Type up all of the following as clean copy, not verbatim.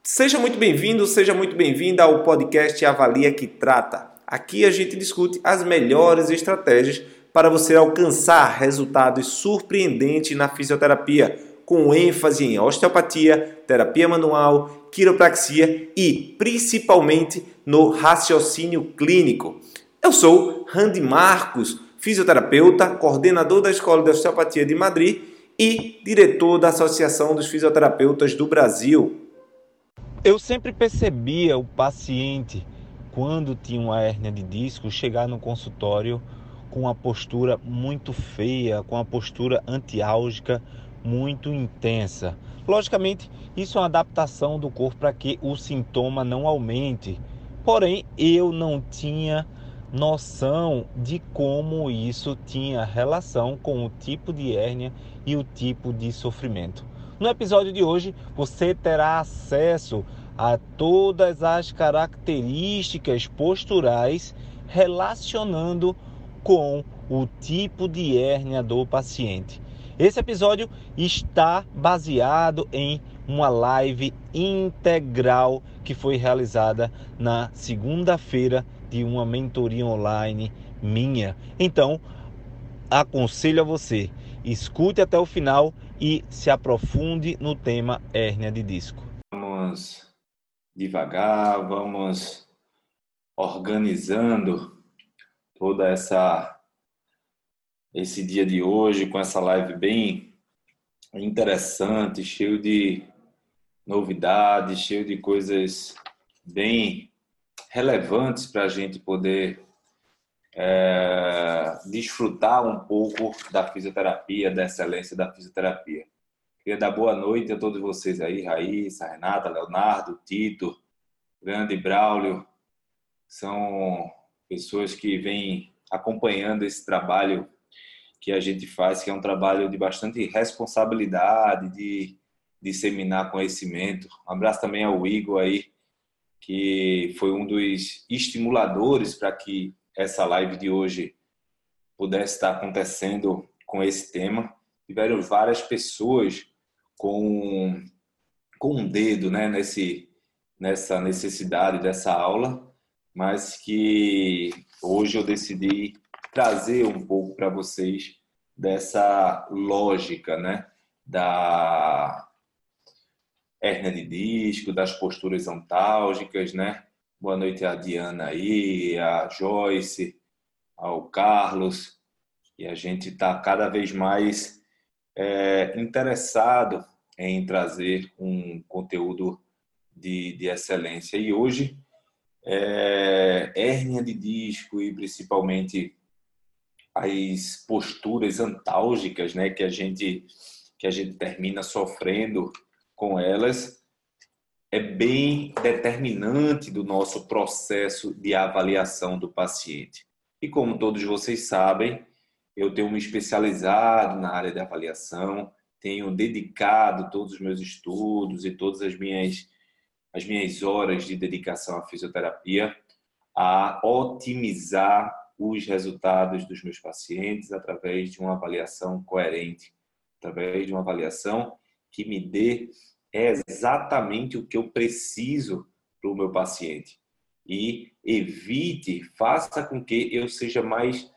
Seja muito bem-vindo, seja muito bem-vinda ao podcast Avalia que Trata. Aqui a gente discute as melhores estratégias para você alcançar resultados surpreendentes na fisioterapia, com ênfase em osteopatia, terapia manual, quiropraxia e principalmente no raciocínio clínico. Eu sou Randy Marcos, fisioterapeuta, coordenador da Escola de Osteopatia de Madrid e diretor da Associação dos Fisioterapeutas do Brasil. Eu sempre percebia o paciente, quando tinha uma hérnia de disco, chegar no consultório com uma postura muito feia, com uma postura antiálgica muito intensa. Logicamente, isso é uma adaptação do corpo para que o sintoma não aumente. Porém, eu não tinha noção de como isso tinha relação com o tipo de hérnia e o tipo de sofrimento. No episódio de hoje, você terá acesso a todas as características posturais relacionando com o tipo de hérnia do paciente. Esse episódio está baseado em uma live integral que foi realizada na segunda-feira de uma mentoria online minha. Então, aconselho a você, escute até o final e se aprofunde no tema hérnia de disco. Vamos devagar, vamos organizando toda esse dia de hoje com essa live bem interessante, cheio de novidades, cheio de coisas bem relevantes para a gente poder desfrutar um pouco da fisioterapia, da excelência da fisioterapia. Queria dar boa noite a todos vocês aí, Raíssa, Renata, Leonardo, Tito, Grande Braulio. São pessoas que vêm acompanhando esse trabalho que a gente faz, que é um trabalho de bastante responsabilidade, de disseminar conhecimento. Um abraço também ao Igor aí, que foi um dos estimuladores para que essa live de hoje pudesse estar acontecendo com esse tema. Tiveram várias pessoas com um dedo, né, nessa necessidade dessa aula, mas que hoje eu decidi trazer um pouco para vocês dessa lógica, né, da hérnia de disco, das posturas antálgicas, né? Boa noite a Diana aí, a Joyce, ao Carlos, e a gente está cada vez mais interessado em trazer um conteúdo de excelência. E hoje, hérnia de disco e principalmente as posturas antálgicas, né, que a gente termina sofrendo com elas, é bem determinante do nosso processo de avaliação do paciente. E como todos vocês sabem, eu tenho me especializado na área de avaliação, tenho dedicado todos os meus estudos e todas as minhas horas de dedicação à fisioterapia a otimizar os resultados dos meus pacientes através de uma avaliação coerente, através de uma avaliação que me dê exatamente o que eu preciso para o meu paciente e faça com que eu seja mais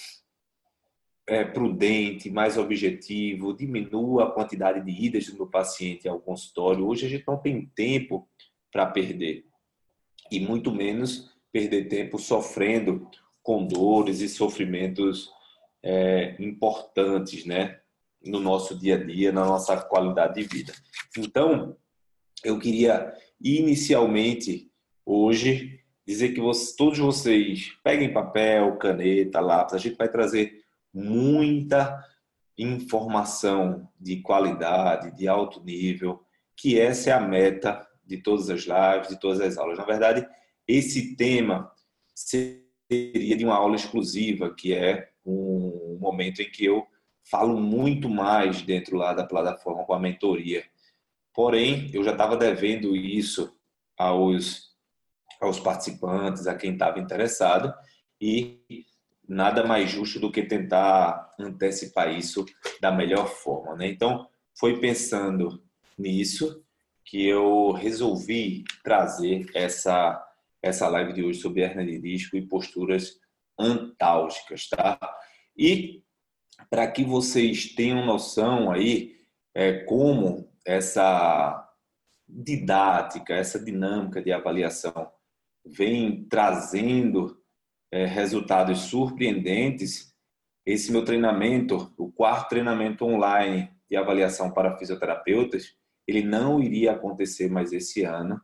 prudente, mais objetivo, diminua a quantidade de idas do meu paciente ao consultório. Hoje a gente não tem tempo para perder e muito menos perder tempo sofrendo com dores e sofrimentos importantes, né, no nosso dia a dia, na nossa qualidade de vida. Então, eu queria inicialmente hoje dizer que todos vocês peguem papel, caneta, lápis. A gente vai trazer muita informação de qualidade, de alto nível, que essa é a meta de todas as lives, de todas as aulas. Na verdade, esse tema seria de uma aula exclusiva, que é um momento em que eu falo muito mais dentro lá da plataforma com a mentoria. Porém, eu já estava devendo isso aos participantes, a quem estava interessado, e nada mais justo do que tentar antecipar isso da melhor forma, né? Então, foi pensando nisso que eu resolvi trazer essa live de hoje sobre hérnia de disco e posturas antálgicas, tá? E para que vocês tenham noção aí como essa didática, essa dinâmica de avaliação vem trazendo resultados surpreendentes, esse meu treinamento, o quarto treinamento online de avaliação para fisioterapeutas, ele não iria acontecer mais esse ano,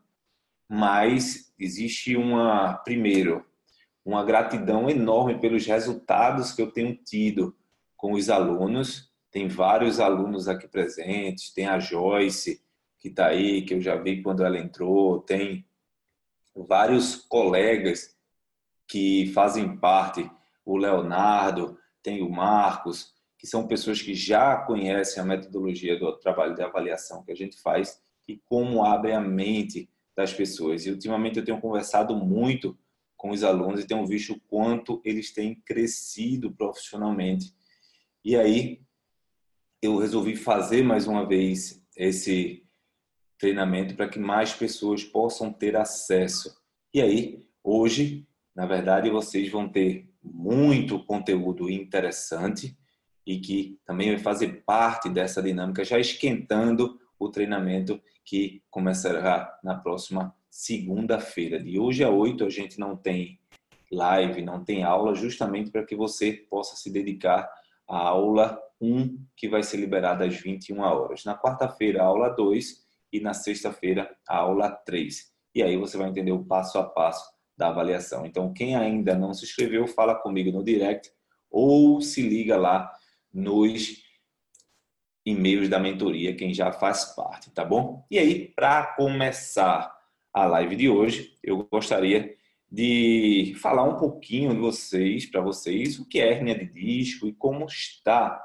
mas existe primeiro, uma gratidão enorme pelos resultados que eu tenho tido com os alunos. Tem vários alunos aqui presentes, tem a Joyce, que está aí, que eu já vi quando ela entrou, tem vários colegas que fazem parte, o Leonardo, tem o Marcos, que são pessoas que já conhecem a metodologia do trabalho de avaliação que a gente faz e como abre a mente das pessoas. E ultimamente eu tenho conversado muito com os alunos e tenho visto o quanto eles têm crescido profissionalmente. E aí eu resolvi fazer mais uma vez esse treinamento para que mais pessoas possam ter acesso. E aí, hoje, na verdade, vocês vão ter muito conteúdo interessante e que também vai fazer parte dessa dinâmica, já esquentando o treinamento que começará na próxima segunda-feira. De hoje a 8 a gente não tem live, não tem aula, justamente para que você possa se dedicar à aula 1, que vai ser liberada às 21 horas. Na quarta-feira, a aula 2 e na sexta-feira, a aula 3. E aí você vai entender o passo a passo da avaliação. Então, quem ainda não se inscreveu, fala comigo no direct ou se liga lá nos e-mails da mentoria, quem já faz parte, tá bom? E aí, para começar a live de hoje, eu gostaria de falar um pouquinho para vocês, o que é hérnia de disco e como está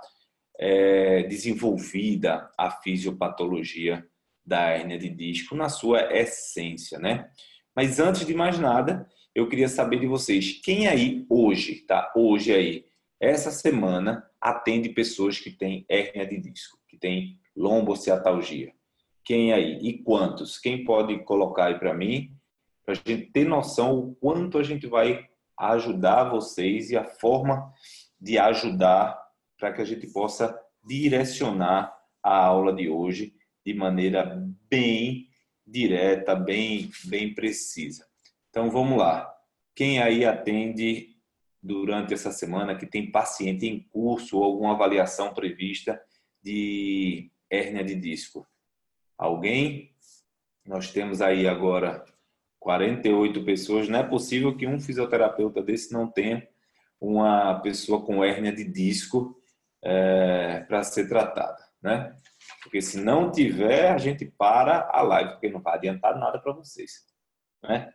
desenvolvida a fisiopatologia da hérnia de disco na sua essência, né? Mas antes de mais nada, eu queria saber de vocês, quem aí hoje, tá? Hoje aí, essa semana, atende pessoas que têm hérnia de disco, que têm lombociatalgia. Quem aí? E quantos? Quem pode colocar aí para mim, para a gente ter noção o quanto a gente vai ajudar vocês e a forma de ajudar para que a gente possa direcionar a aula de hoje de maneira bem direta, bem precisa. Então, vamos lá. Quem aí atende durante essa semana, que tem paciente em curso ou alguma avaliação prevista de hérnia de disco? Alguém? Nós temos aí agora 48 pessoas. Não é possível que um fisioterapeuta desse não tenha uma pessoa com hérnia de disco para ser tratada, né? Porque se não tiver, a gente para a live, porque não vai adiantar nada para vocês, né?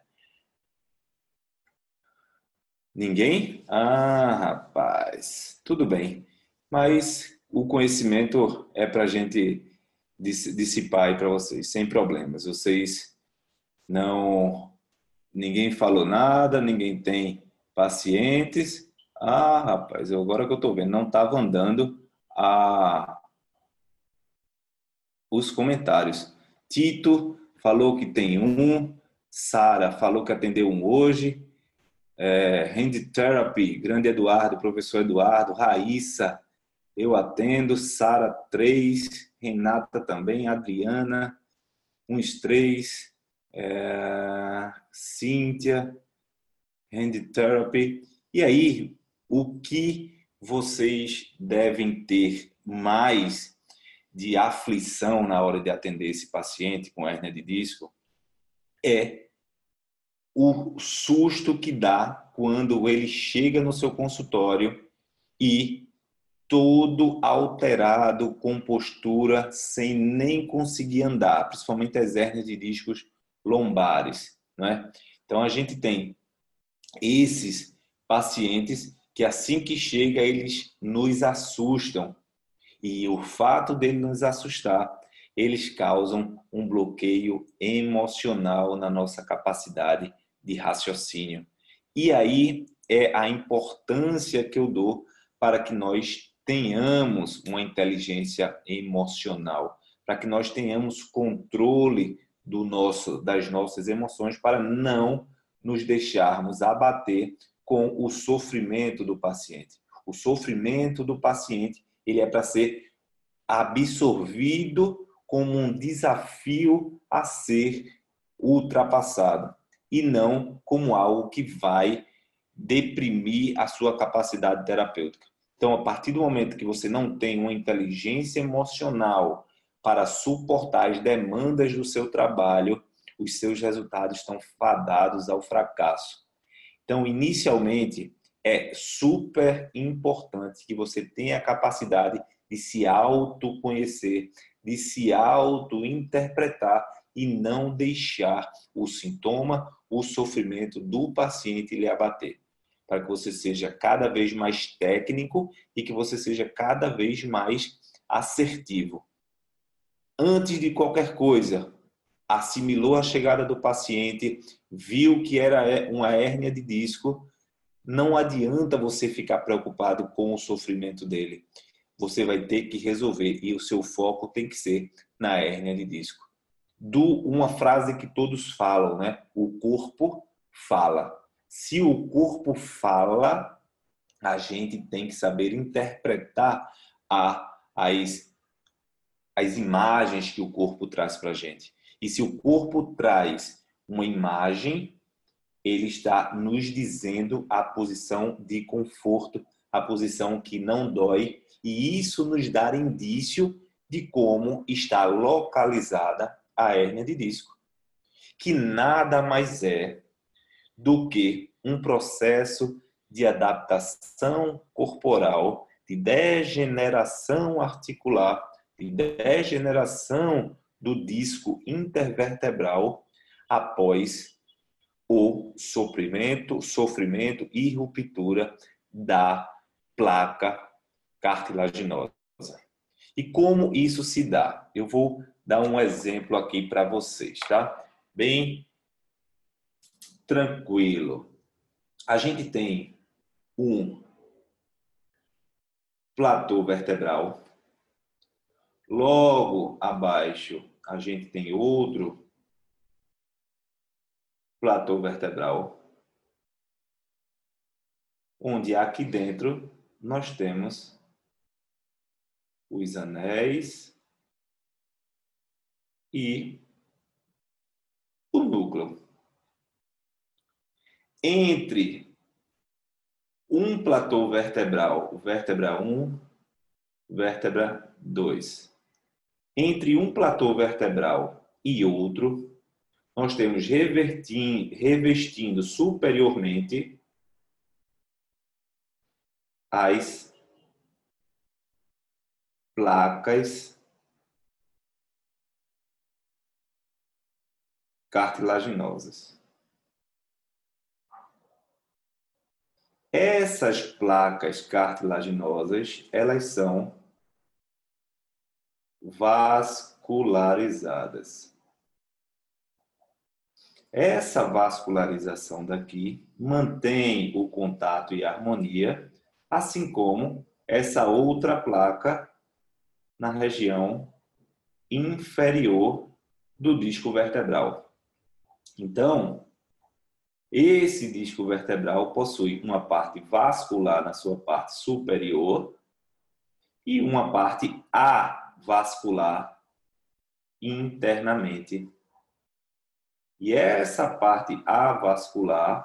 Ninguém? Ah, rapaz, tudo bem. Mas o conhecimento é para a gente dissipar aí para vocês, sem problemas. Vocês não... Ninguém falou nada, ninguém tem pacientes. Ah, rapaz, agora que eu estou vendo, não estava andando os comentários. Tito falou que tem um, Sara falou que atendeu um hoje, Hand Therapy, grande Eduardo, professor Eduardo, Raíssa, eu atendo, Sara 3, Renata também, Adriana, uns 3, Cíntia, Hand Therapy. E aí, o que vocês devem ter mais de aflição na hora de atender esse paciente com hérnia de disco é o susto que dá quando ele chega no seu consultório e todo alterado, com postura, sem nem conseguir andar, principalmente as hérnias de discos lombares, né? Então a gente tem esses pacientes que assim que chega eles nos assustam. E o fato dele nos assustar, eles causam um bloqueio emocional na nossa capacidade de raciocínio. E aí é a importância que eu dou para que nós tenhamos uma inteligência emocional, para que nós tenhamos controle das nossas emoções, para não nos deixarmos abater com o sofrimento do paciente. O sofrimento do paciente, ele é para ser absorvido como um desafio a ser ultrapassado e não como algo que vai deprimir a sua capacidade terapêutica. Então, a partir do momento que você não tem uma inteligência emocional para suportar as demandas do seu trabalho, os seus resultados estão fadados ao fracasso. Então, inicialmente, é super importante que você tenha a capacidade de se autoconhecer, de se auto-interpretar e não deixar o sintoma, o sofrimento do paciente lhe abater. Para que você seja cada vez mais técnico e que você seja cada vez mais assertivo. Antes de qualquer coisa, assimilou a chegada do paciente, viu que era uma hérnia de disco, não adianta você ficar preocupado com o sofrimento dele. Você vai ter que resolver e o seu foco tem que ser na hérnia de disco. Uma frase que todos falam, né? O corpo fala. Se o corpo fala, a gente tem que saber interpretar as imagens que o corpo traz para a gente. E se o corpo traz uma imagem, ele está nos dizendo a posição de conforto, a posição que não dói, e isso nos dá indício de como está localizada a hérnia de disco, que nada mais é do que um processo de adaptação corporal, de degeneração articular, de degeneração do disco intervertebral após o sofrimento e ruptura da placa cartilaginosa. E como isso se dá? Eu vou dar um exemplo aqui para vocês, tá? Bem tranquilo. A gente tem um platô vertebral. Logo abaixo, a gente tem outro platô vertebral, onde aqui dentro nós temos os anéis e o núcleo. Entre um platô vertebral, vértebra 1, vértebra 2. Entre um platô vertebral e outro, nós temos revestindo superiormente as placas cartilaginosas. Essas placas cartilaginosas, elas são vascularizadas. Essa vascularização daqui mantém o contato e a harmonia, assim como essa outra placa na região inferior do disco vertebral. Então, esse disco vertebral possui uma parte vascular na sua parte superior e uma parte avascular internamente. E essa parte avascular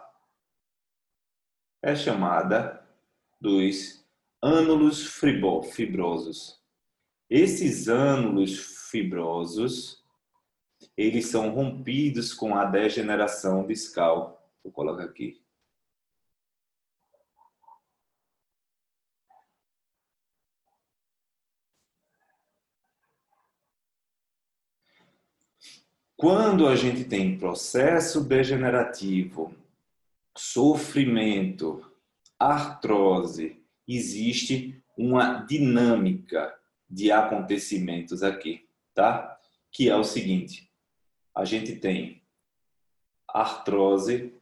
é chamada dos ânulos fibrosos. Esses ânulos fibrosos, eles são rompidos com a degeneração discal. Vou colocar aqui. Quando a gente tem processo degenerativo, sofrimento, artrose, existe uma dinâmica de acontecimentos aqui, tá? Que é o seguinte: a gente tem artrose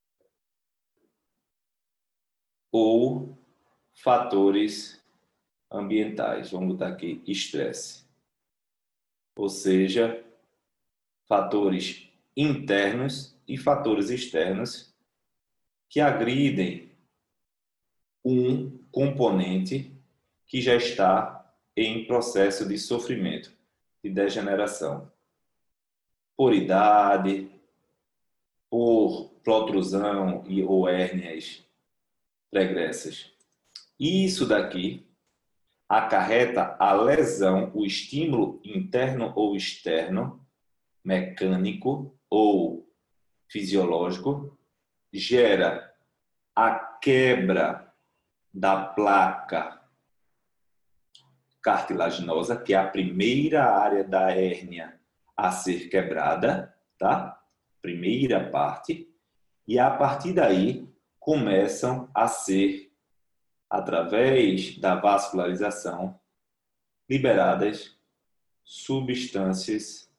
ou fatores ambientais. Vamos botar aqui estresse. Ou seja, fatores internos e fatores externos que agridem um componente que já está em processo de sofrimento, de degeneração. Por idade, por protrusão ou hérnias pregressas. Isso daqui acarreta a lesão, o estímulo interno ou externo, mecânico ou fisiológico, gera a quebra da placa cartilaginosa, que é a primeira área da hérnia a ser quebrada, tá? Primeira parte. E a partir daí começam a ser, através da vascularização, liberadas substâncias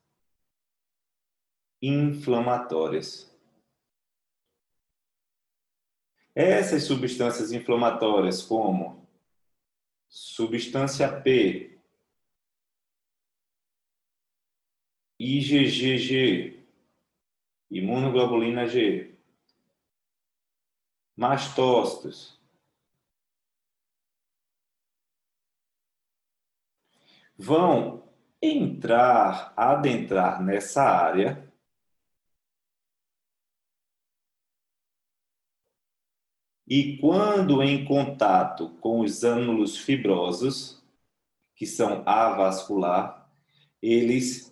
inflamatórias. Essas substâncias inflamatórias, como substância P, IgG, imunoglobulina G, mastócitos, vão adentrar nessa área e, quando em contato com os ânulos fibrosos, que são avascular, eles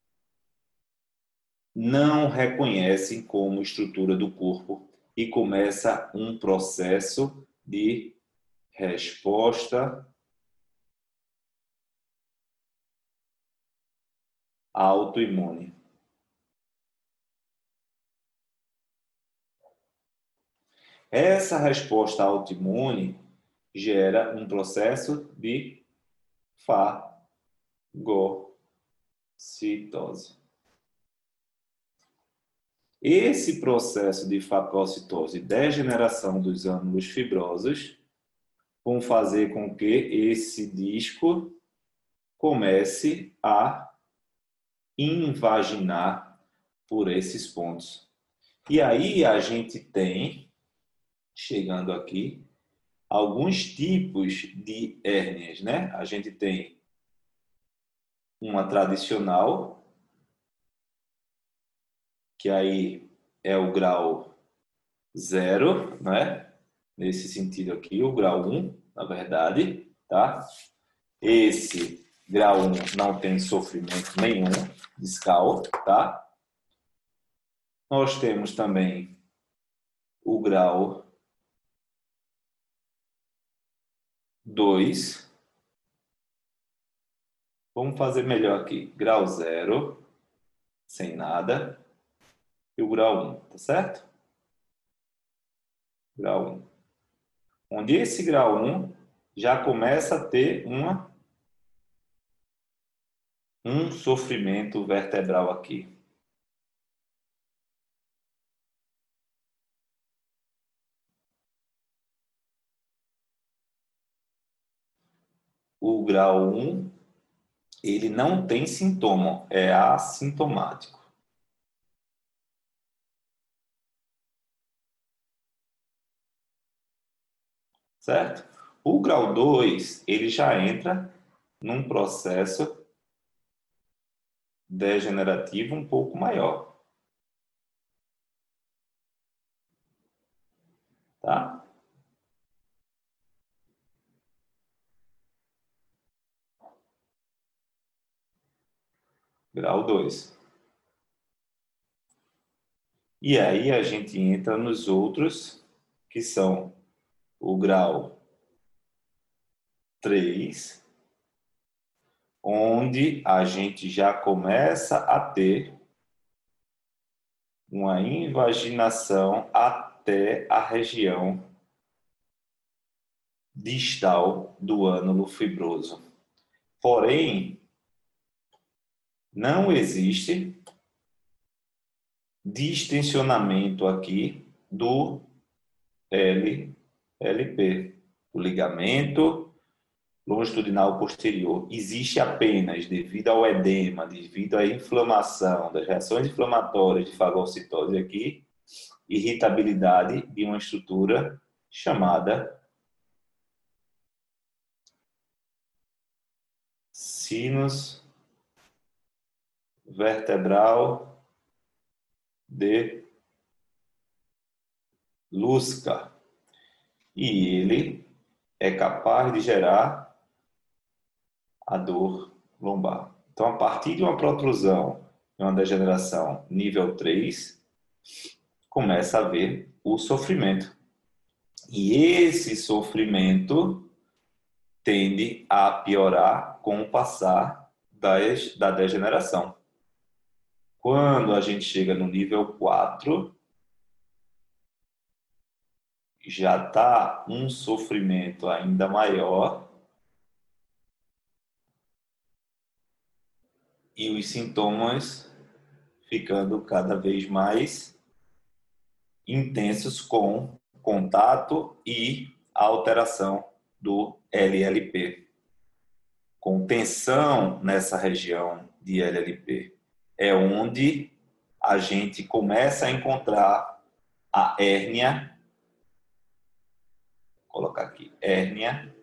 não reconhecem como estrutura do corpo e começa um processo de resposta autoimune. Essa resposta autoimune gera um processo de fagocitose. Esse processo de fagocitose e degeneração dos ânulos fibrosos vão fazer com que esse disco comece a invaginar por esses pontos. E aí a gente tem, chegando aqui, alguns tipos de hérnias, né? A gente tem uma tradicional, que aí é o grau 0, né? Nesse sentido aqui, o grau 1, na verdade, tá? Esse grau 1 não tem sofrimento nenhum discal, tá? Nós temos também o grau 2. Vamos fazer melhor aqui. Grau 0, sem nada. E o grau 1, tá certo? Grau 1. Onde esse grau 1 já começa a ter um sofrimento vertebral aqui. O grau 1, ele não tem sintoma, é assintomático. Certo? O grau 2, ele já entra num processo degenerativo um pouco maior. Tá? Grau 2. E aí a gente entra nos outros, que são o grau 3, onde a gente já começa a ter uma invaginação até a região distal do ânulo fibroso. Porém, não existe distensionamento aqui do LP, o ligamento longitudinal posterior existe apenas devido ao edema, devido à inflamação, das reações inflamatórias de fagocitose aqui, irritabilidade de uma estrutura chamada sinus vertebral de Lusca. E ele é capaz de gerar a dor lombar. Então, a partir de uma protrusão, de uma degeneração nível 3, começa a haver o sofrimento. E esse sofrimento tende a piorar com o passar da degeneração. Quando a gente chega no nível 4, já está um sofrimento ainda maior e os sintomas ficando cada vez mais intensos com contato e alteração do LLP. Com tensão nessa região de LLP. É onde a gente começa a encontrar a hérnia, vou colocar aqui, hérnia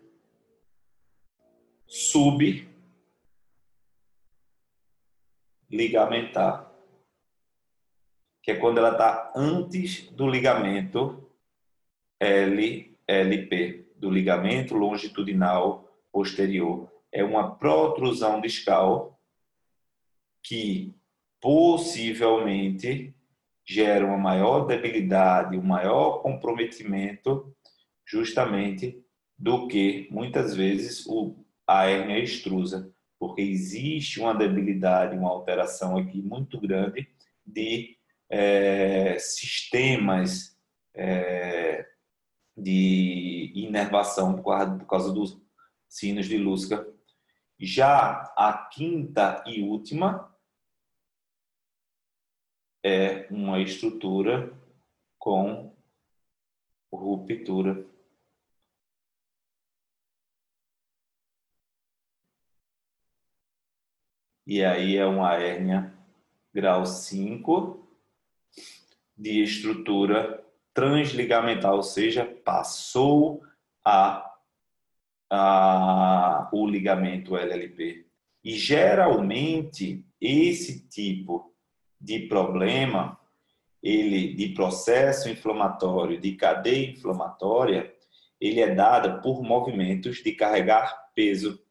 subligamentar, que é quando ela está antes do ligamento LLP, do ligamento longitudinal posterior. É uma protrusão discal que possivelmente gera uma maior debilidade, um maior comprometimento justamente do que muitas vezes a hérnia extrusa, porque existe uma debilidade, uma alteração aqui muito grande de sistemas de inervação por causa dos sinos de Lusca. Já a quinta e última é uma estrutura com ruptura. E aí é uma hérnia grau 5 de estrutura transligamentar, ou seja, passou o ligamento LLP. E geralmente esse tipo de problema, de processo inflamatório, de cadeia inflamatória, ele é dado por movimentos de carregar peso.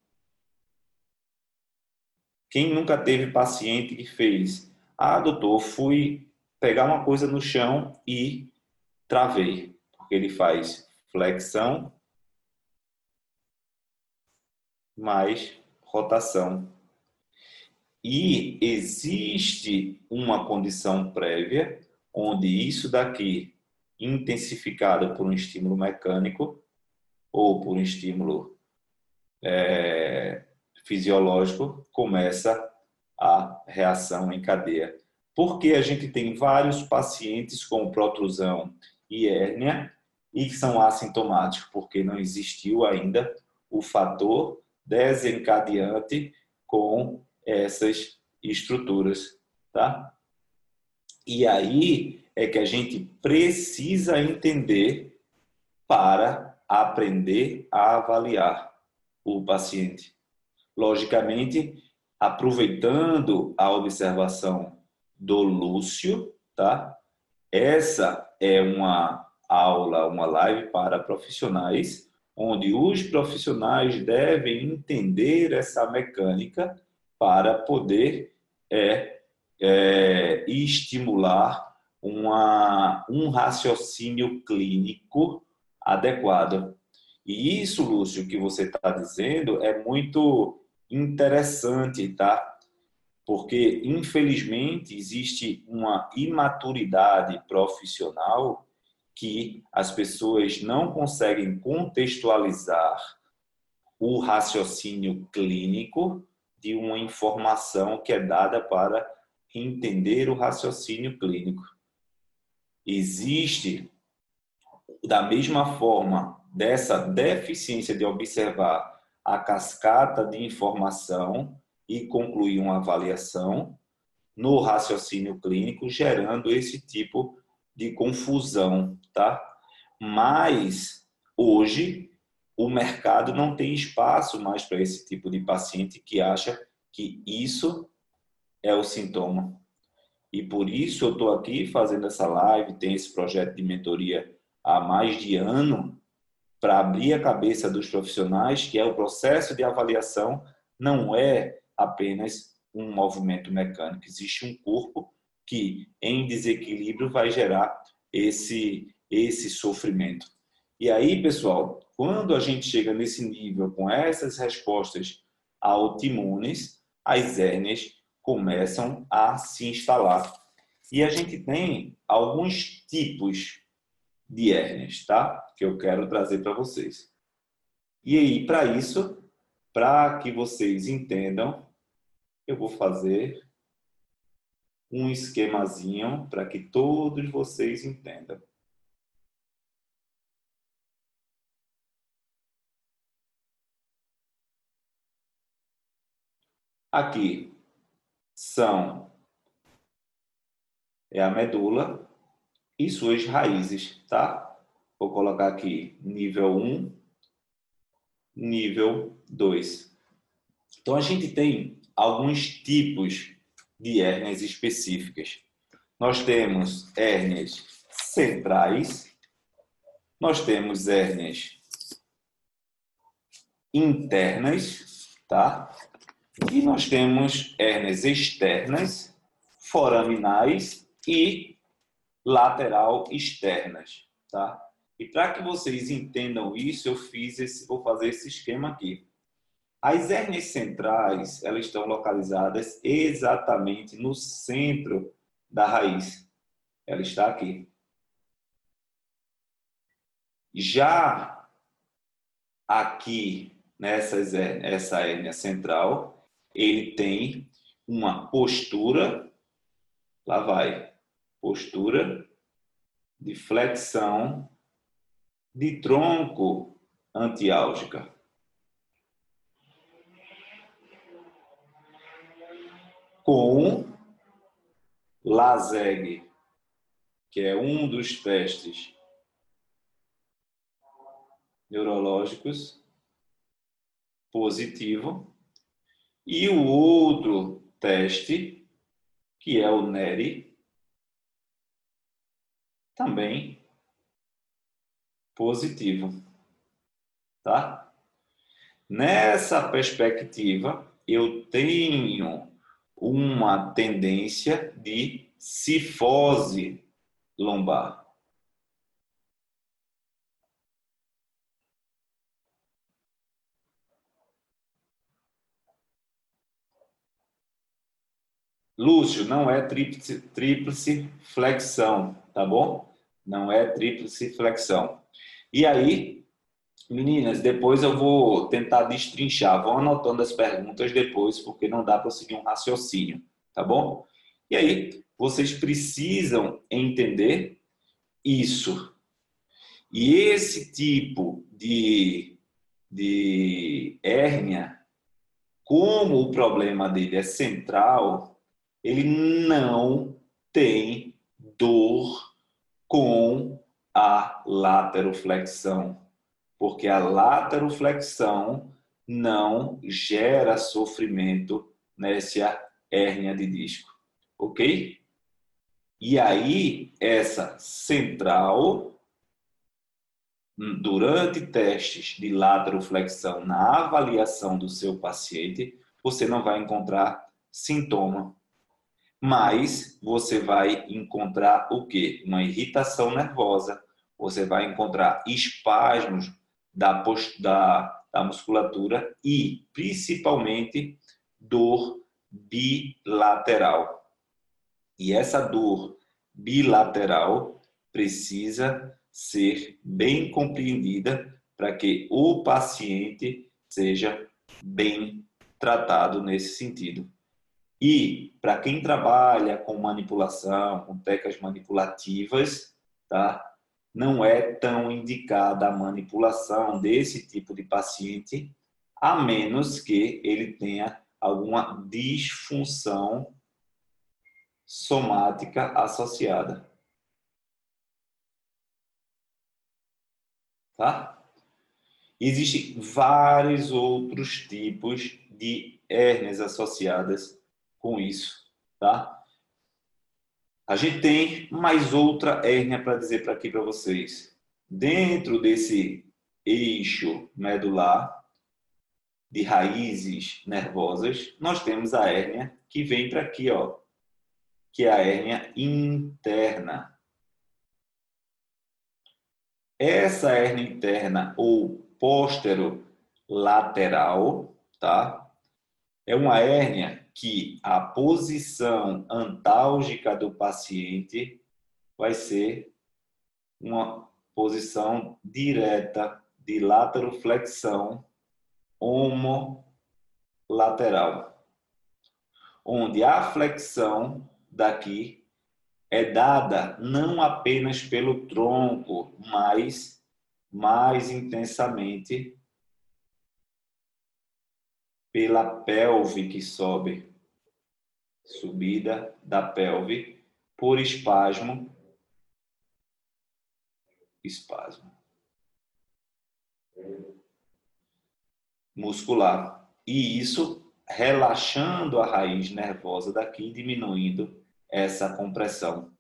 Quem nunca teve paciente que fez, doutor, fui pegar uma coisa no chão e travei, porque ele faz flexão mais rotação. E existe uma condição prévia onde isso daqui, intensificado por um estímulo mecânico ou por um estímulo fisiológico, começa a reação em cadeia. Porque a gente tem vários pacientes com protrusão e hérnia e que são assintomáticos, porque não existiu ainda o fator desencadeante com essas estruturas, tá? E aí é que a gente precisa entender para aprender a avaliar o paciente. Logicamente, aproveitando a observação do Lúcio, tá? Essa é uma aula, uma live para profissionais, onde os profissionais devem entender essa mecânica para poder estimular um raciocínio clínico adequado. E isso, Lúcio, que você está dizendo é muito interessante, tá? Porque, infelizmente, existe uma imaturidade profissional que as pessoas não conseguem contextualizar o raciocínio clínico de uma informação que é dada para entender o raciocínio clínico. Existe, da mesma forma, dessa deficiência de observar a cascata de informação e concluir uma avaliação no raciocínio clínico, gerando esse tipo de confusão, tá? Mas, hoje, o mercado não tem espaço mais para esse tipo de paciente que acha que isso é o sintoma. E por isso eu estou aqui fazendo essa live, tem esse projeto de mentoria há mais de ano, para abrir a cabeça dos profissionais que o processo de avaliação não é apenas um movimento mecânico. Existe um corpo que, em desequilíbrio, vai gerar esse sofrimento. E aí, pessoal, quando a gente chega nesse nível, com essas respostas autoimunes, as hérnias começam a se instalar. E a gente tem alguns tipos de hérnias, tá? Que eu quero trazer para vocês. E aí, para isso, para que vocês entendam, eu vou fazer um esquemazinho para que todos vocês entendam. Aqui é a medula e suas raízes, tá? Vou colocar aqui nível 1, nível 2. Então, a gente tem alguns tipos de hérnias específicas. Nós temos hérnias centrais, nós temos hérnias internas, tá? E nós temos hérnias externas, foraminais e lateral externas, tá? E para que vocês entendam isso, vou fazer esse esquema aqui. As hérnias centrais, elas estão localizadas exatamente no centro da raiz. Ela está aqui. Já aqui, essa hérnia central, ele tem uma postura, lá vai, postura de flexão de tronco antiálgica. Com LASEG, que é um dos testes neurológicos positivo, e o outro teste, que é o NERI, também positivo, tá? Nessa perspectiva, eu tenho uma tendência de cifose lombar. Lúcio, não é tríplice flexão, tá bom? Não é tríplice flexão. E aí, meninas, depois eu vou tentar destrinchar. Vão anotando as perguntas depois, porque não dá para seguir um raciocínio, tá bom? E aí, vocês precisam entender isso. E esse tipo de hérnia, como o problema dele é central, ele não tem dor com a lateroflexão, porque a lateroflexão não gera sofrimento nessa hérnia de disco, ok? E aí, essa central, durante testes de lateroflexão na avaliação do seu paciente, você não vai encontrar sintoma. Mas você vai encontrar o quê? Uma irritação nervosa, você vai encontrar espasmos da musculatura e, principalmente, dor bilateral. E essa dor bilateral precisa ser bem compreendida para que o paciente seja bem tratado nesse sentido. E para quem trabalha com manipulação, com técnicas manipulativas, tá? Não é tão indicada a manipulação desse tipo de paciente a menos que ele tenha alguma disfunção somática associada. Tá? Existem vários outros tipos de hérnias associadas com isso, tá? A gente tem mais outra hérnia para dizer para aqui para vocês. Dentro desse eixo medular de raízes nervosas, nós temos a hérnia que vem para aqui, ó, que é a hérnia interna. Essa hérnia interna ou posterolateral, tá? É uma hérnia que a posição antálgica do paciente vai ser uma posição direta de lateroflexão homolateral, onde a flexão daqui é dada não apenas pelo tronco, mas mais intensamente pela pelve que sobe, subida da pelve por espasmo muscular. E isso relaxando a raiz nervosa daqui, diminuindo essa compressão.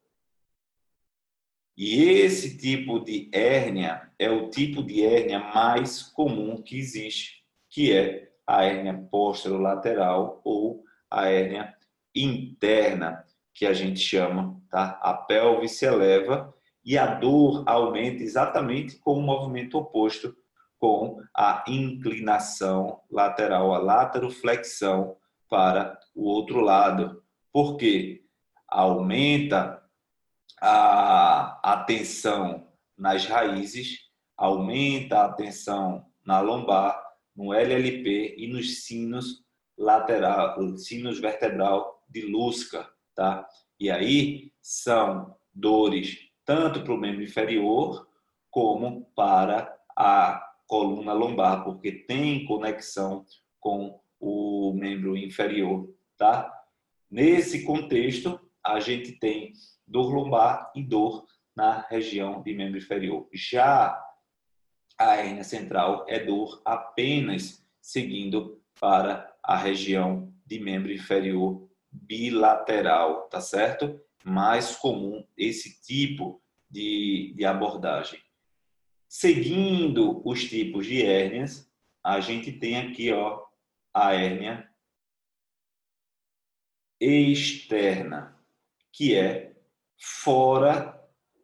E esse tipo de hérnia é o tipo de hérnia mais comum que existe, que é a hérnia posterolateral ou a hérnia interna, que a gente chama, tá? A pelve se eleva e a dor aumenta exatamente com o movimento oposto, com a inclinação lateral, a lateroflexão para o outro lado. Por quê? Aumenta a tensão nas raízes, aumenta a tensão na lombar, no LLP e nos sinos lateral, sinos vertebral de Luska, tá? E aí são dores tanto para o membro inferior como para a coluna lombar, porque tem conexão com o membro inferior, tá? Nesse contexto, a gente tem dor lombar e dor na região de membro inferior. Já a hérnia central é dor apenas seguindo para a região de membro inferior bilateral, tá certo? Mais comum esse tipo de abordagem. Seguindo os tipos de hérnias, a gente tem aqui, ó, a hérnia externa, que é fora,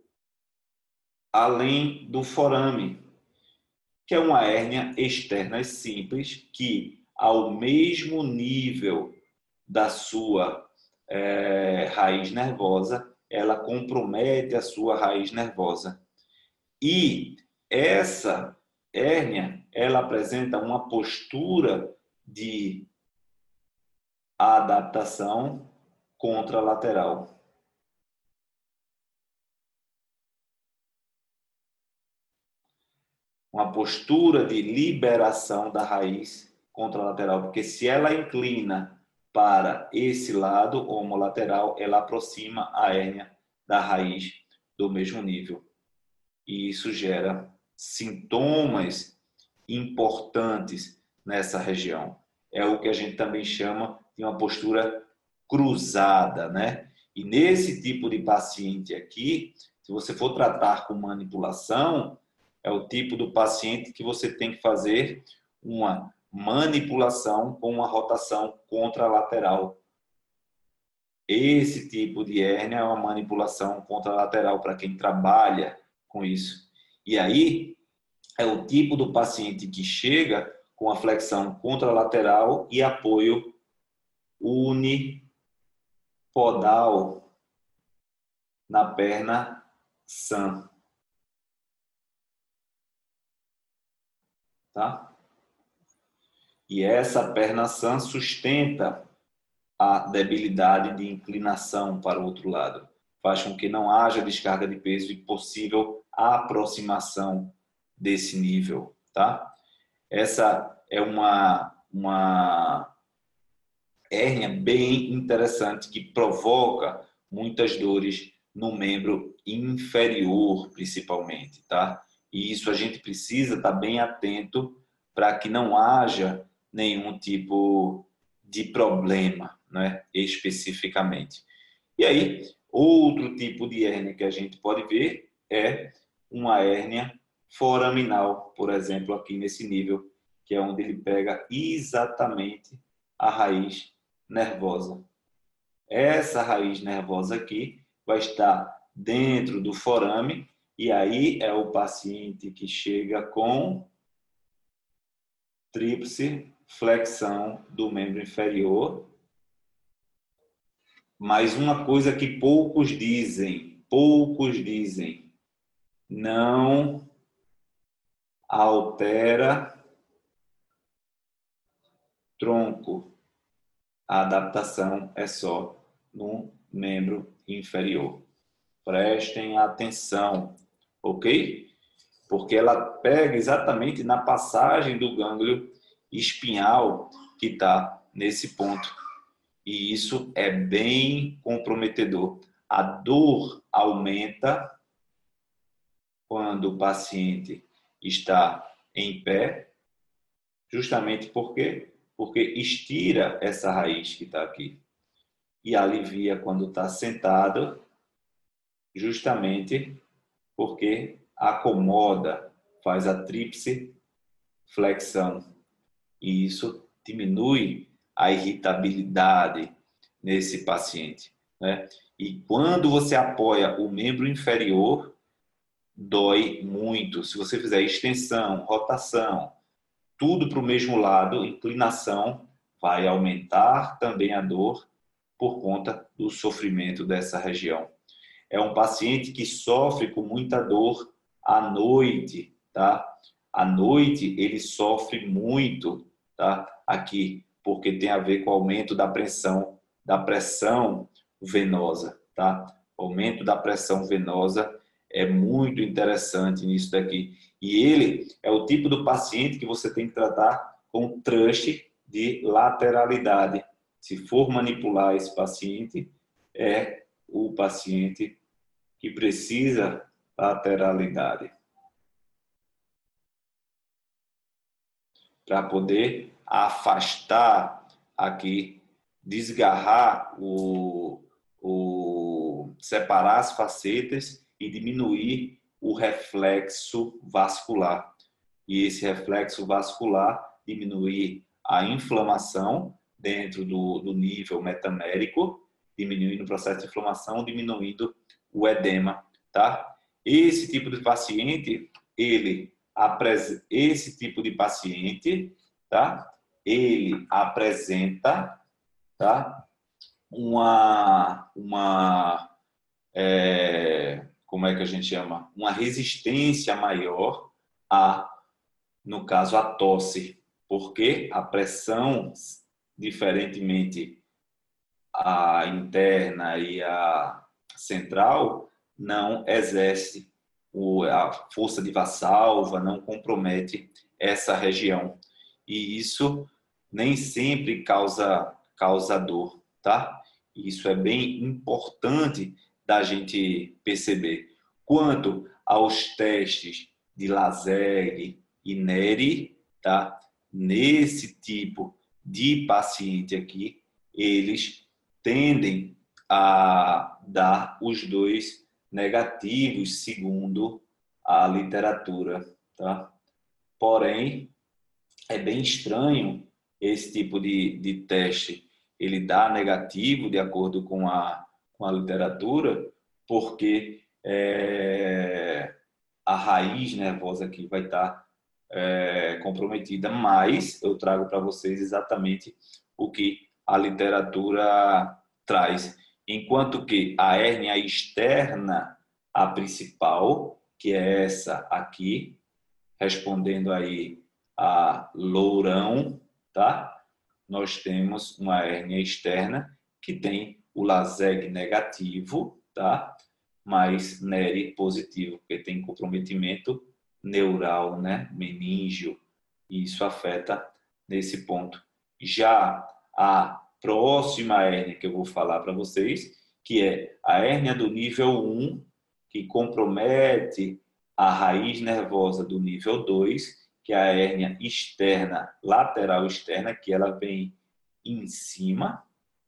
além do forame, que é uma hérnia externa simples que, ao mesmo nível da sua raiz nervosa, ela compromete a sua raiz nervosa. E essa hérnia, ela apresenta uma postura de adaptação contralateral. Uma postura de liberação da raiz contralateral, porque se ela inclina para esse lado homolateral, ela aproxima a hérnia da raiz do mesmo nível. E isso gera sintomas importantes nessa região. É o que a gente também chama de uma postura cruzada, né? E nesse tipo de paciente aqui, se você for tratar com manipulação, é o tipo do paciente que você tem que fazer uma manipulação com uma rotação contralateral. Esse tipo de hérnia é uma manipulação contralateral para quem trabalha com isso. E aí é o tipo do paciente que chega com a flexão contralateral e apoio unipodal na perna sã. Tá? E essa perna sã sustenta a debilidade de inclinação para o outro lado. Faz com que não haja descarga de peso e possível aproximação desse nível, tá? Essa é uma hérnia bem interessante que provoca muitas dores no membro inferior, principalmente, tá? E isso a gente precisa estar bem atento para que não haja nenhum tipo de problema, né, especificamente. E aí, outro tipo de hérnia que a gente pode ver é uma hérnia foraminal, por exemplo, aqui nesse nível, que é onde ele pega exatamente a raiz nervosa. Essa raiz nervosa aqui vai estar dentro do forame e aí é o paciente que chega com tríplice flexão do membro inferior. Mas uma coisa que poucos dizem, não altera tronco. A adaptação é só no membro inferior. Prestem atenção, ok? Porque ela pega exatamente na passagem do gânglio espinhal que está nesse ponto. E isso é bem comprometedor. A dor aumenta quando o paciente está em pé, justamente porque estira essa raiz que está aqui. E alivia quando está sentado, justamente porque acomoda, faz a tríplice flexão. E isso diminui a irritabilidade nesse paciente, né? E quando você apoia o membro inferior, dói muito. Se você fizer extensão, rotação, tudo para o mesmo lado, inclinação, vai aumentar também a dor por conta do sofrimento dessa região. É um paciente que sofre com muita dor à noite, tá? À noite ele sofre muito, tá? Aqui, porque tem a ver com o aumento da pressão venosa, tá? O aumento da pressão venosa é muito interessante nisso daqui. E ele é o tipo do paciente que você tem que tratar com truste de lateralidade. Se for manipular esse paciente, é o paciente que precisa lateralidade para poder afastar aqui, desgarrar separar as facetas e diminuir o reflexo vascular. E esse reflexo vascular diminuir a inflamação dentro do nível metamérico, diminuindo o processo de inflamação, diminuindo o edema, tá? Esse tipo de paciente, tá? Ele apresenta, tá? Como é que a gente chama? Uma resistência maior no caso, a tosse, porque a pressão, diferentemente a interna e a central, não exerce a força de Valsalva, não compromete essa região. E isso nem sempre causa dor, tá? Isso é bem importante da gente perceber. Quanto aos testes de Lasergue e Neri, tá? Nesse tipo de paciente aqui, eles tendem a dar os dois negativos, segundo a literatura, tá? Porém, é bem estranho esse tipo de teste. Ele dá negativo, de acordo com a literatura, porque a raiz nervosa aqui vai estar comprometida, mas eu trago para vocês exatamente o que a literatura traz. Enquanto que a hérnia externa, a principal, que é essa aqui, respondendo aí a Lourão, tá? Nós temos uma hérnia externa que tem o LASEG negativo, tá? Mas Neri positivo, porque tem comprometimento neural, né? Meníngeo, e isso afeta nesse ponto. Já a próxima hérnia que eu vou falar para vocês, que é a hérnia do nível 1, que compromete a raiz nervosa do nível 2, que é a hérnia externa, lateral externa, que ela vem em cima,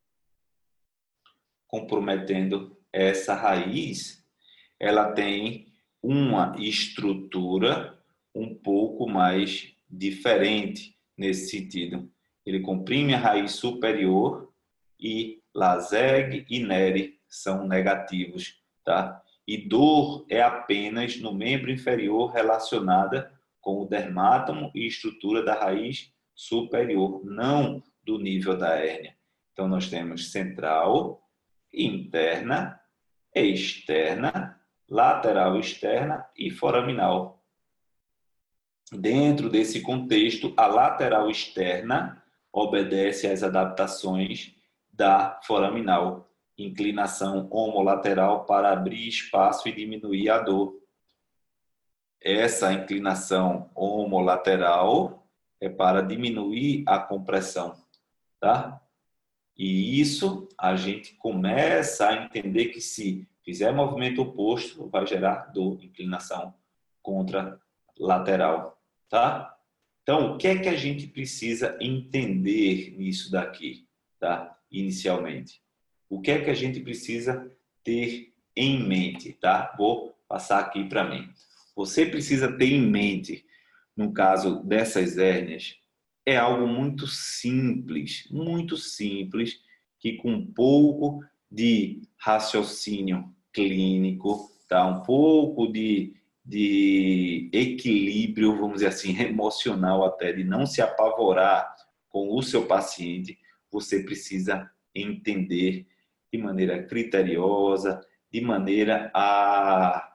comprometendo essa raiz. Ela tem uma estrutura um pouco mais diferente nesse sentido. Ele comprime a raiz superior e Laseg e Neri são negativos, tá? E dor é apenas no membro inferior relacionada com o dermátomo e estrutura da raiz superior, não do nível da hérnia. Então, nós temos central, interna, externa, lateral externa e foraminal. Dentro desse contexto, a lateral externa obedece às adaptações da foraminal, inclinação homolateral para abrir espaço e diminuir a dor. Essa inclinação homolateral é para diminuir a compressão, tá? E isso a gente começa a entender que se fizer movimento oposto, vai gerar dor, inclinação contralateral, tá? Então, o que é que a gente precisa entender nisso daqui, tá? Inicialmente. O que é que a gente precisa ter em mente, tá? Vou passar aqui para mim. Você precisa ter em mente, no caso dessas hérnias, é algo muito simples, que com um pouco de raciocínio clínico, tá? Um pouco de equilíbrio, vamos dizer assim, emocional até, de não se apavorar com o seu paciente, você precisa entender de maneira criteriosa, de maneira a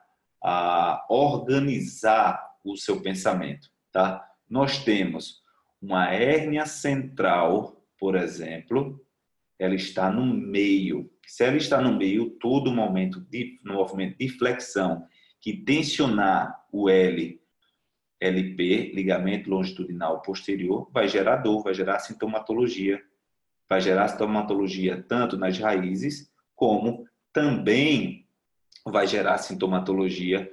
organizar o seu pensamento, tá? Nós temos uma hérnia central, por exemplo, ela está no meio. Se ela está no meio, todo momento no movimento de flexão que tensionar o LP, ligamento longitudinal posterior, vai gerar dor, vai gerar sintomatologia. Vai gerar sintomatologia tanto nas raízes, como também vai gerar sintomatologia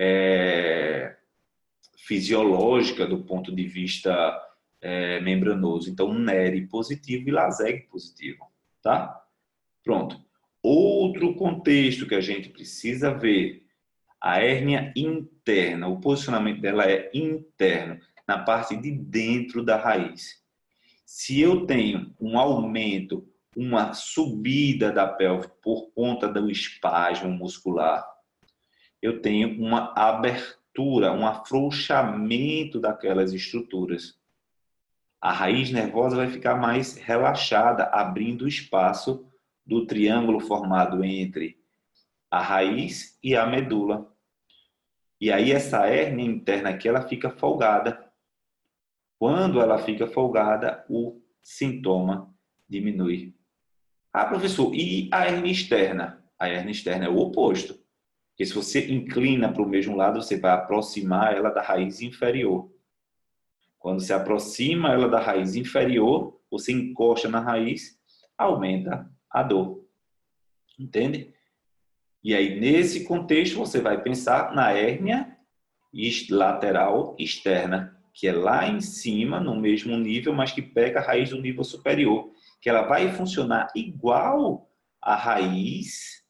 fisiológica do ponto de vista membranoso. Então, NERI positivo e LASEG positivo, tá? Pronto. Outro contexto que a gente precisa ver, a hérnia interna, o posicionamento dela é interno, na parte de dentro da raiz. Se eu tenho um aumento, uma subida da pelve por conta do espasmo muscular, eu tenho uma abertura, um afrouxamento daquelas estruturas. A raiz nervosa vai ficar mais relaxada, abrindo espaço do triângulo formado entre a raiz e a medula. E aí essa hérnia interna aqui, ela fica folgada. Quando ela fica folgada, o sintoma diminui. Ah, professor, e a hérnia externa? A hérnia externa é o oposto. Porque se você inclina para o mesmo lado, você vai aproximar ela da raiz inferior. Quando se aproxima ela da raiz inferior, você encosta na raiz, aumenta a dor. Entende? E aí, nesse contexto, você vai pensar na hérnia lateral externa, que é lá em cima, no mesmo nível, mas que pega a raiz do nível superior, que ela vai funcionar igual a raiz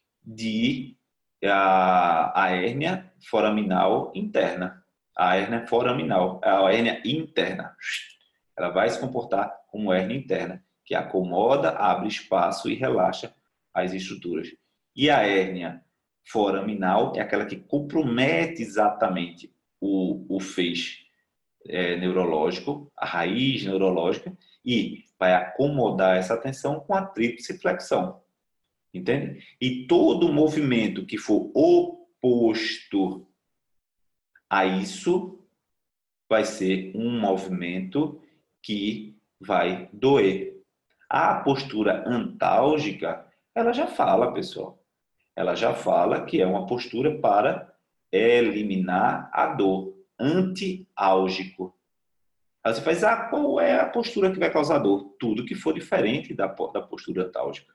a hérnia foraminal interna. A hérnia foraminal, a hérnia interna. Ela vai se comportar como hérnia interna, que acomoda, abre espaço e relaxa as estruturas. E a hérnia foraminal é aquela que compromete exatamente o feixe neurológico, a raiz neurológica, e vai acomodar essa tensão com a tríplice flexão. Entende? E todo movimento que for oposto a isso vai ser um movimento que vai doer. A postura antálgica, ela já fala, pessoal. Ela já fala que é uma postura para eliminar a dor, antiálgico. Aí você faz, qual é a postura que vai causar dor? Tudo que for diferente da postura tálgica.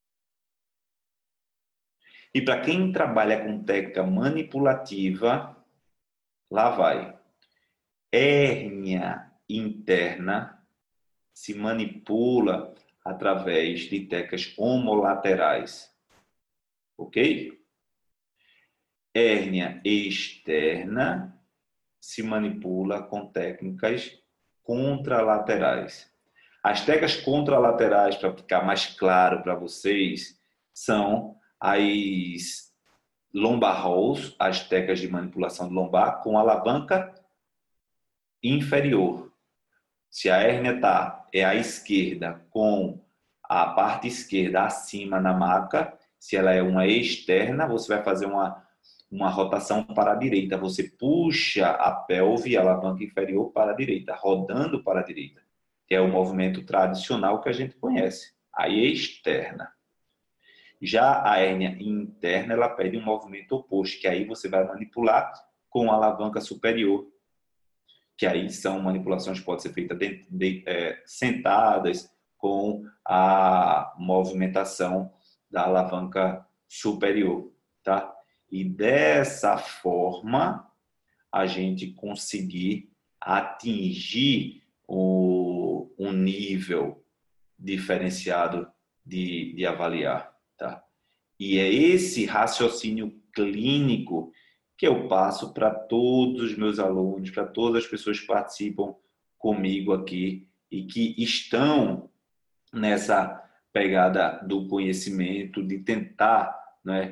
E para quem trabalha com técnica manipulativa, lá vai. Hérnia interna se manipula através de técnicas homolaterais. Ok? Hérnia externa se manipula com técnicas contralaterais. As técnicas contralaterais, para ficar mais claro para vocês, são as lombar rolls, as técnicas de manipulação do lombar com alavanca inferior. Se a hérnia é à esquerda, com a parte esquerda acima na maca, se ela é uma externa, você vai fazer uma rotação para a direita. Você puxa a pelve, a alavanca inferior para a direita, rodando para a direita, que é o movimento tradicional que a gente conhece, a externa. Já a hérnia interna, ela pede um movimento oposto, que aí você vai manipular com a alavanca superior, que aí são manipulações que podem ser feitas sentadas com a movimentação da alavanca superior, tá? E dessa forma, a gente conseguir atingir um nível diferenciado de avaliar, tá? E é esse raciocínio clínico que eu passo para todos os meus alunos, para todas as pessoas que participam comigo aqui e que estão nessa pegada do conhecimento, de tentar, né,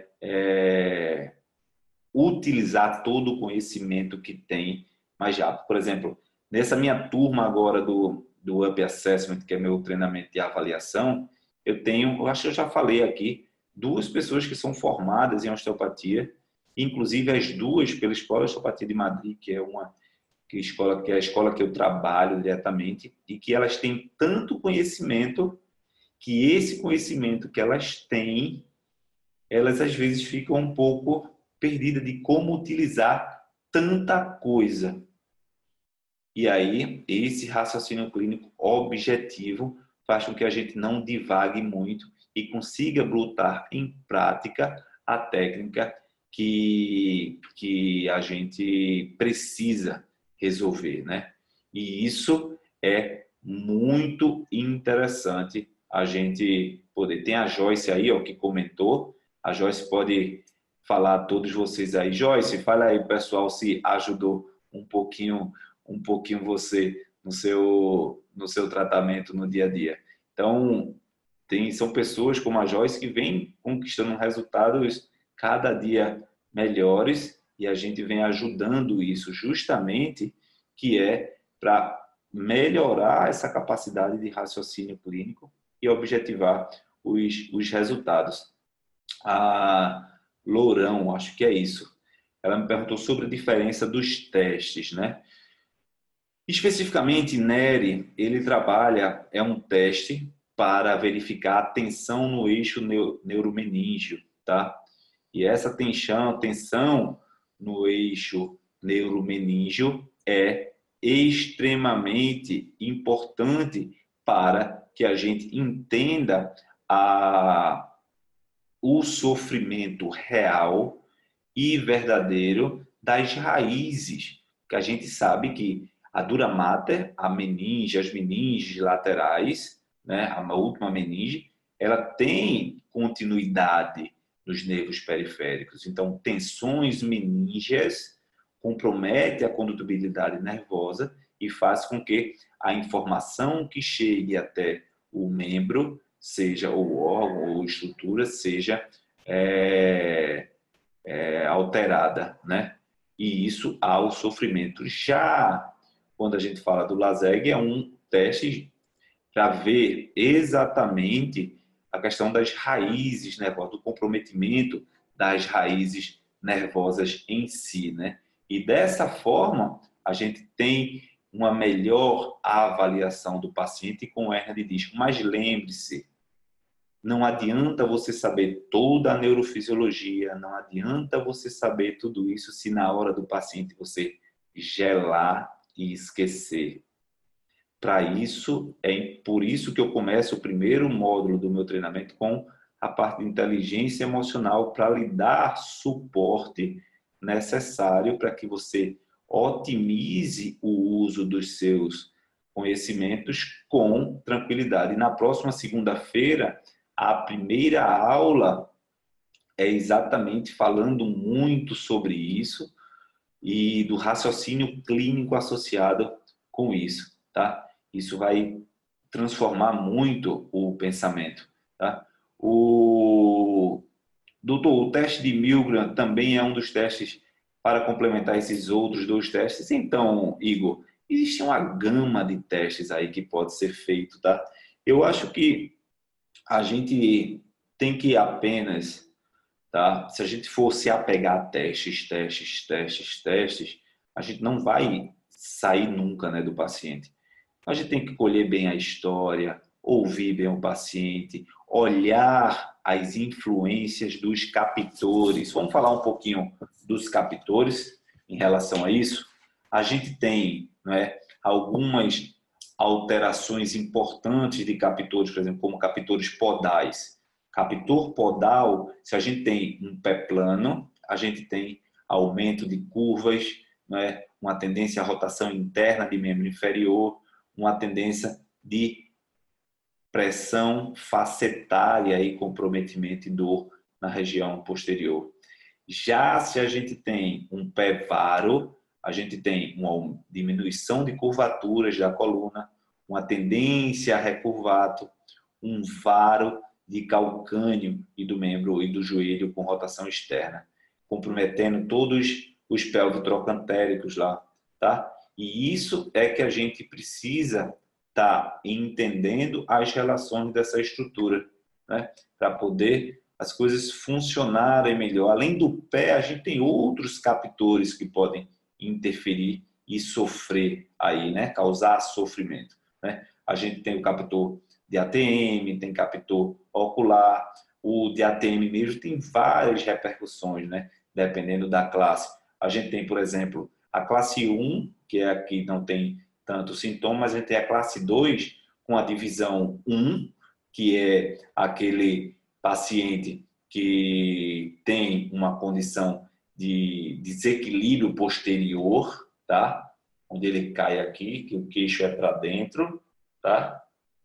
utilizar todo o conhecimento que tem mais rápido. Por exemplo, nessa minha turma agora do Up Assessment, que é meu treinamento de avaliação, eu acho que eu já falei aqui, 2 pessoas que são formadas em osteopatia, inclusive as 2 pela Escola de Osteopatia de Madrid, que é a escola que eu trabalho diretamente, e que elas têm tanto conhecimento que esse conhecimento que elas têm, elas às vezes ficam um pouco perdidas de como utilizar tanta coisa. E aí, esse raciocínio clínico objetivo faz com que a gente não divague muito e consiga botar em prática a técnica que a gente precisa resolver, né? E isso é muito interessante a gente poder. Tem a Joyce aí, ó, que comentou. A Joyce pode falar a todos vocês aí. Joyce, fala aí, pessoal, se ajudou um pouquinho você no seu tratamento no dia a dia. Então, são pessoas como a Joyce que vêm conquistando resultados cada dia melhores e a gente vem ajudando isso justamente, que é para melhorar essa capacidade de raciocínio clínico e objetivar os resultados. A Lourão, acho que é isso. Ela me perguntou sobre a diferença dos testes, né? Especificamente, NERI, ele trabalha, é um teste para verificar a tensão no eixo neuromeníngeo, tá? E essa tensão no eixo neuromeníngeo é extremamente importante para que a gente entenda o sofrimento real e verdadeiro das raízes, que a gente sabe que a dura mater, a meninge, as meninges laterais, né, a última meninge, ela tem continuidade nos nervos periféricos. Então, tensões meníngeas comprometem a condutibilidade nervosa e faz com que a informação que chegue até o membro, seja o órgão ou estrutura, seja alterada, né? E isso há o sofrimento. Já quando a gente fala do LASEG, é um teste para ver exatamente a questão das raízes nervosas, do comprometimento das raízes nervosas em si, né? E dessa forma, a gente tem uma melhor avaliação do paciente com hérnia de disco. Mas lembre-se, não adianta você saber toda a neurofisiologia, não adianta você saber tudo isso se na hora do paciente você gelar e esquecer. Para isso, é por isso que eu começo o primeiro módulo do meu treinamento com a parte de inteligência emocional para lhe dar suporte necessário para que você otimize o uso dos seus conhecimentos com tranquilidade. E na próxima segunda-feira, a primeira aula é exatamente falando muito sobre isso e do raciocínio clínico associado com isso, tá? Isso vai transformar muito o pensamento, tá? Doutor, o teste de Milgram também é um dos testes para complementar esses outros dois testes. Então, Igor, existe uma gama de testes aí que pode ser feito, tá? Eu acho que a gente tem que apenas, tá? Se a gente for se apegar a testes, a gente não vai sair nunca, né, do paciente. A gente tem que colher bem a história, ouvir bem o paciente, olhar as influências dos captores. Vamos falar um pouquinho dos captores em relação a isso? A gente tem, né, algumas alterações importantes de captores, por exemplo, como captores podais. Captor podal, se a gente tem um pé plano, a gente tem aumento de curvas, né, uma tendência à rotação interna de membro inferior, uma tendência de pressão facetária e comprometimento e dor na região posterior. Já se a gente tem um pé varo, a gente tem uma diminuição de curvaturas da coluna, uma tendência a recurvato, um varo de calcâneo e do membro e do joelho com rotação externa, comprometendo todos os pelvitrocantéricos lá, tá? E isso é que a gente precisa estar entendendo as relações dessa estrutura, né? Para poder as coisas funcionarem melhor. Além do pé, a gente tem outros captores que podem interferir e sofrer aí, né? Causar sofrimento, né? A gente tem o captor de ATM, tem captor ocular, o de ATM mesmo tem várias repercussões, né? Dependendo da classe. A gente tem, por exemplo, a classe 1, que é a que não tem tanto sintomas, a gente tem a classe 2, com a divisão 1, que é aquele paciente que tem uma condição de desequilíbrio posterior, tá? Onde ele cai aqui, que o queixo é para dentro, tá?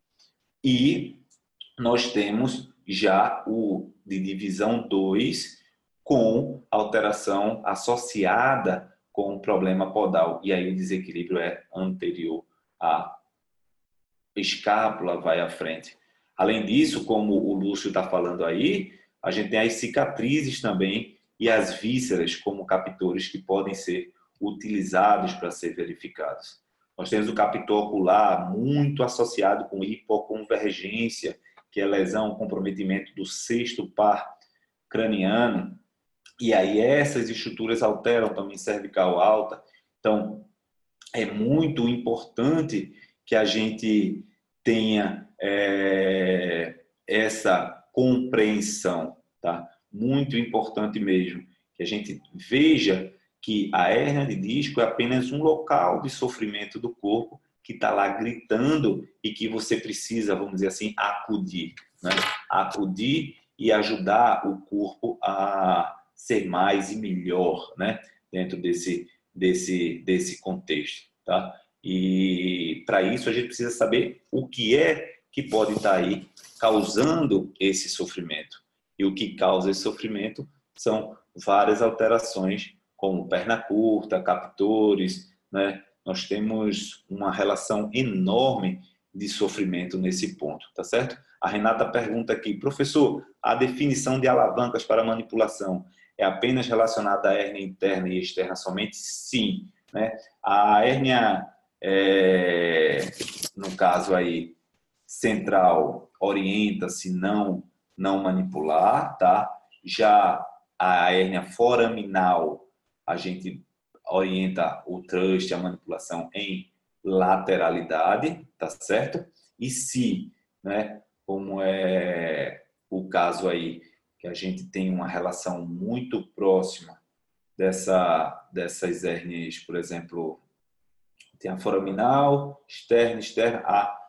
E nós temos já o de divisão 2 com alteração associada com o problema podal. E aí o desequilíbrio é anterior à escápula, vai à frente. Além disso, como o Lúcio está falando aí, a gente tem as cicatrizes também e as vísceras como captores que podem ser utilizados para ser verificados. Nós temos o captor ocular muito associado com hipoconvergência, que é lesão, comprometimento do sexto par craniano. E aí essas estruturas alteram também cervical alta. Então, é muito importante que a gente tenha essa compreensão, tá? Muito importante mesmo, que a gente veja que a hérnia de disco é apenas um local de sofrimento do corpo que está lá gritando e que você precisa, vamos dizer assim, acudir, né? Acudir e ajudar o corpo a ser mais e melhor, né? Dentro desse contexto, tá? E para isso a gente precisa saber o que é que pode estar aí causando esse sofrimento. E o que causa esse sofrimento são várias alterações, como perna curta, captores, né? Nós temos uma relação enorme de sofrimento nesse ponto, tá certo? A Renata pergunta aqui, professor, a definição de alavancas para manipulação é apenas relacionada à hérnia interna e externa somente? Sim, né? A hérnia, no caso aí, central, orienta-se não manipular, tá? Já a hérnia foraminal, a gente orienta o thrust, a manipulação em lateralidade, tá certo? E se, né, como é o caso aí, que a gente tem uma relação muito próxima dessas hérnias, por exemplo, Tem a foraminal, externa.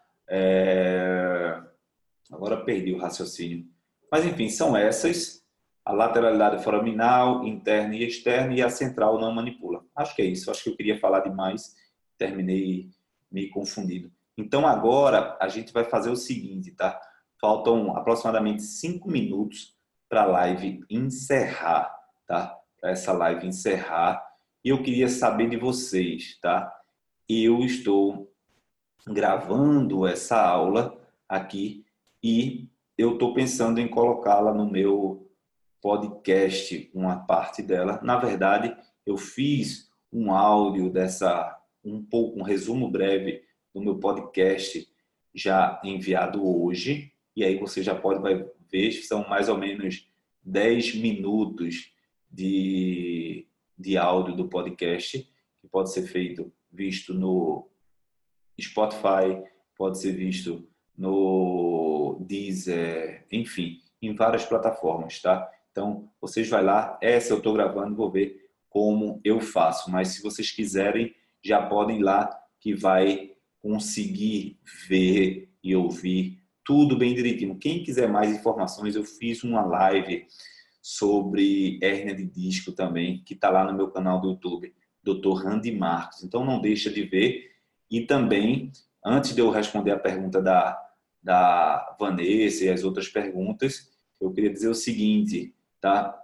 Agora perdi o raciocínio. Mas, enfim, são essas. A lateralidade foraminal, interna e externa, e a central não manipula. Acho que é isso. Acho que eu queria falar demais. Terminei me confundindo. Então, agora, a gente vai fazer o seguinte, tá? Faltam aproximadamente 5 minutos para a live encerrar, tá? Para essa live encerrar. E eu queria saber de vocês, tá? Eu estou gravando essa aula aqui e eu estou pensando em colocá-la no meu podcast, uma parte dela. Na verdade, eu fiz um áudio um resumo breve do meu podcast já enviado hoje. E aí você já vai ver, são mais ou menos 10 minutos de áudio do podcast, que pode ser visto no Spotify, pode ser visto no Deezer, enfim, em várias plataformas, tá? Então, vocês vai lá, essa eu estou gravando, vou ver como eu faço, mas se vocês quiserem, já podem ir lá que vai conseguir ver e ouvir tudo bem direitinho. Quem quiser mais informações, eu fiz uma live sobre hérnia de disco também, que está lá no meu canal do YouTube, Dr. Randy Marcos. Então, não deixa de ver. E também, antes de eu responder a pergunta da Vanessa e as outras perguntas, eu queria dizer o seguinte, tá?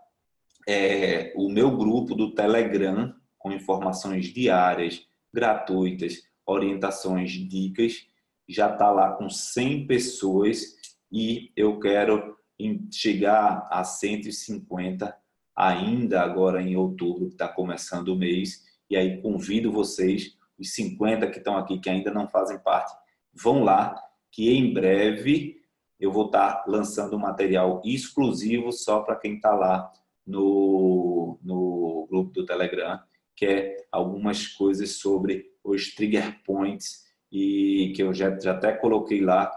O meu grupo do Telegram, com informações diárias, gratuitas, orientações, dicas, já está lá com 100 pessoas e eu quero chegar a 150 ainda agora em outubro, que está começando o mês. E aí convido vocês, os 50 que estão aqui, que ainda não fazem parte, vão lá, que em breve eu vou estar lançando um material exclusivo só para quem está lá no grupo do Telegram, que é algumas coisas sobre os trigger points, e que eu já até coloquei lá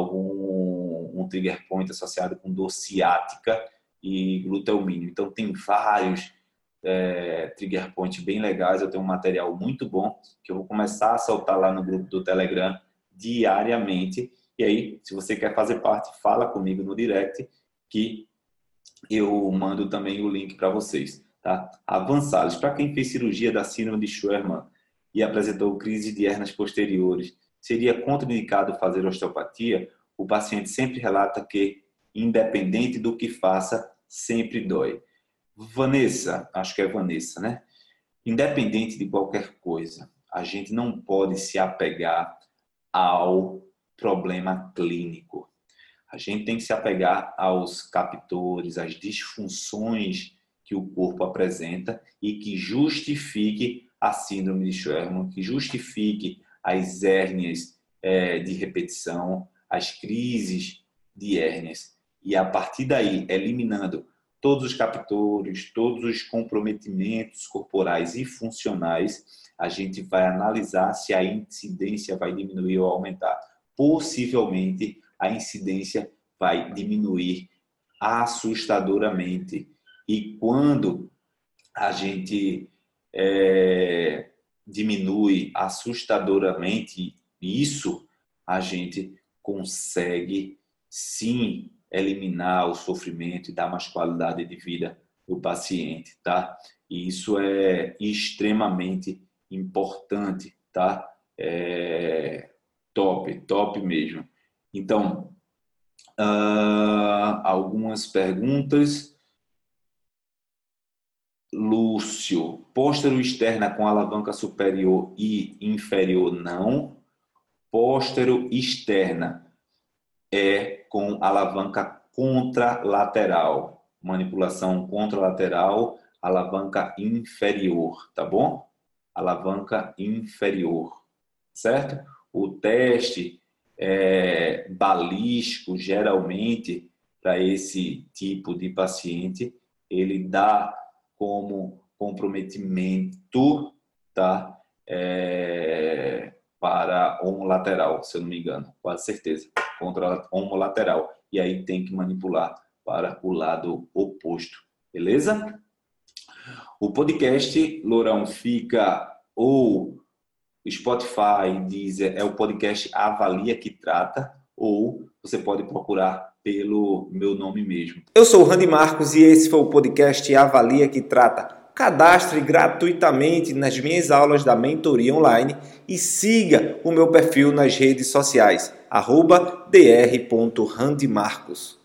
um trigger point associado com dor ciática e gluteumínio. Então tem vários trigger points bem legais. Eu tenho um material muito bom que eu vou começar a soltar lá no grupo do Telegram diariamente. E aí, se você quer fazer parte, fala comigo no direct que eu mando também o link para vocês, tá? Avançados. Para quem fez cirurgia da síndrome de Scheuermann e apresentou crise de hérnias posteriores, seria contraindicado fazer osteopatia? O paciente sempre relata que, independente do que faça, sempre dói. Vanessa, acho que é Vanessa, né? Independente de qualquer coisa, a gente não pode se apegar ao problema clínico. A gente tem que se apegar aos captores, às disfunções que o corpo apresenta e que justifique a síndrome de Scheuermann, que justifique as hérnias de repetição, as crises de hérnias. E a partir daí, eliminando todos os captores, todos os comprometimentos corporais e funcionais, a gente vai analisar se a incidência vai diminuir ou aumentar. Possivelmente, a incidência vai diminuir assustadoramente. E quando a gente diminui assustadoramente isso, a gente consegue sim eliminar o sofrimento e dar mais qualidade de vida do paciente, tá? E isso é extremamente importante, tá? Top mesmo. Então, algumas perguntas. Lúcio, póstero externa com alavanca superior e inferior não. Póstero externa é com alavanca contralateral. Manipulação contralateral, alavanca inferior, tá bom? Alavanca inferior, certo? O teste balístico, geralmente, para esse tipo de paciente, ele dá como comprometimento, tá? Para homolateral, se eu não me engano, quase certeza, contra homolateral. E aí tem que manipular para o lado oposto, beleza? O podcast, Lourão, fica ou Spotify, Deezer, é o podcast Avalia que Trata, ou você pode procurar pelo meu nome mesmo. Eu sou o Randy Marcos e esse foi o podcast Avalia que Trata. Cadastre gratuitamente nas minhas aulas da mentoria online e siga o meu perfil nas redes sociais, @dr.randymarcos.